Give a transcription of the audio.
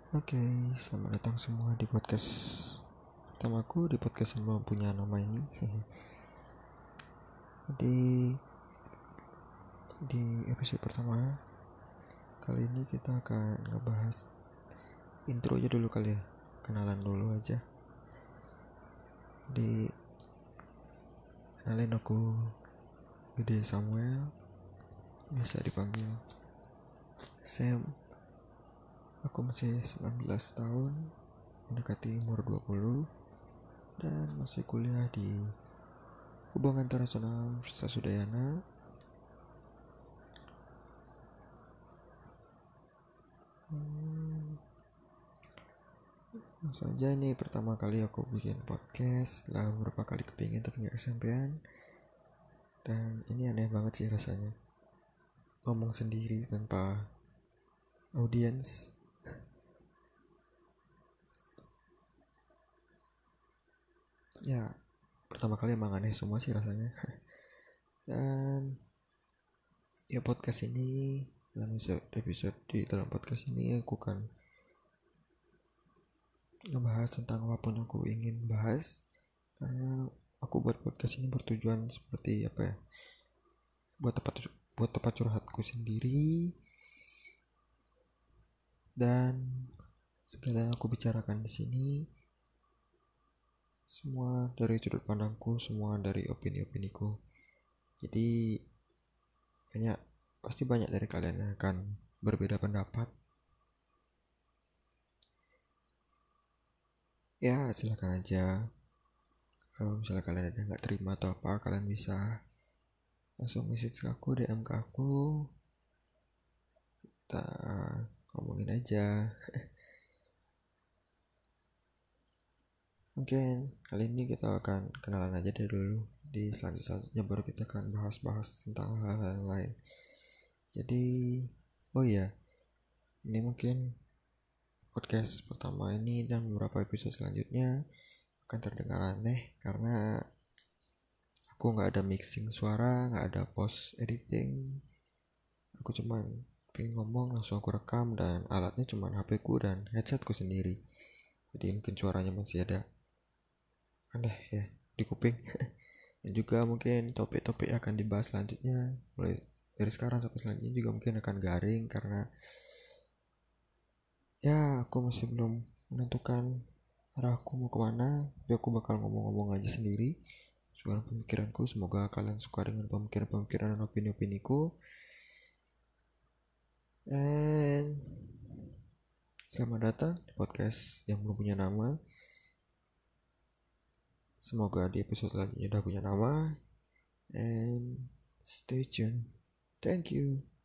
Oke, selamat datang semua di podcast pertamaku, di podcast yang belum punya nama ini. Jadi di episode pertama kali ini kita akan ngebahas intro aja dulu kali ya, kenalan dulu aja. Jadi kenalin, aku Gede Samuel, bisa dipanggil Sam. Aku masih 19 tahun, mendekati umur 20, dan masih kuliah di Hubungan Internasional Universitas Udayana. Langsung aja, ini pertama kali aku bikin podcast setelah beberapa kali kepingin tapi gak kesampean. Dan ini aneh banget sih rasanya, ngomong sendiri tanpa audiens. Ya, pertama kali emang aneh semua sih rasanya. Dan ya podcast ini, dalam podcast ini aku akan ngebahas tentang apapun aku ingin bahas. Karena aku buat podcast ini bertujuan seperti apa ya, buat tempat curhatku sendiri, dan segala yang aku bicarakan di sini semua dari sudut pandangku, semua dari opini-opiniku. Jadi pasti banyak dari kalian yang akan berbeda pendapat. Ya silakan aja. Kalau misalnya kalian ada nggak terima atau apa, kalian bisa langsung message ke aku, DM ke aku, kita ngomongin aja. Mungkin kali ini kita akan kenalan aja deh dulu. Di selanjutnya baru kita akan bahas-bahas tentang hal-hal lain. Jadi, oh iya, ini mungkin podcast pertama ini dan beberapa episode selanjutnya akan terdengar aneh karena aku nggak ada mixing suara, nggak ada post editing. Aku cuman pengen ngomong langsung aku rekam, dan alatnya cuman HP ku dan headsetku sendiri. Jadi mungkin suaranya masih ada aneh ya di kuping. Dan juga mungkin topik-topik yang akan dibahas selanjutnya, mulai dari sekarang sampai selanjutnya juga mungkin akan garing karena ya aku masih belum menentukan arahku mau kemana. Tapi aku bakal ngomong-ngomong aja sendiri soal pemikiranku. Semoga kalian suka dengan pemikiran-pemikiran dan opini-opiniku. And selamat datang di podcast yang belum punya nama. Semoga di episode selanjutnya udah punya nama. And stay tuned. Thank you.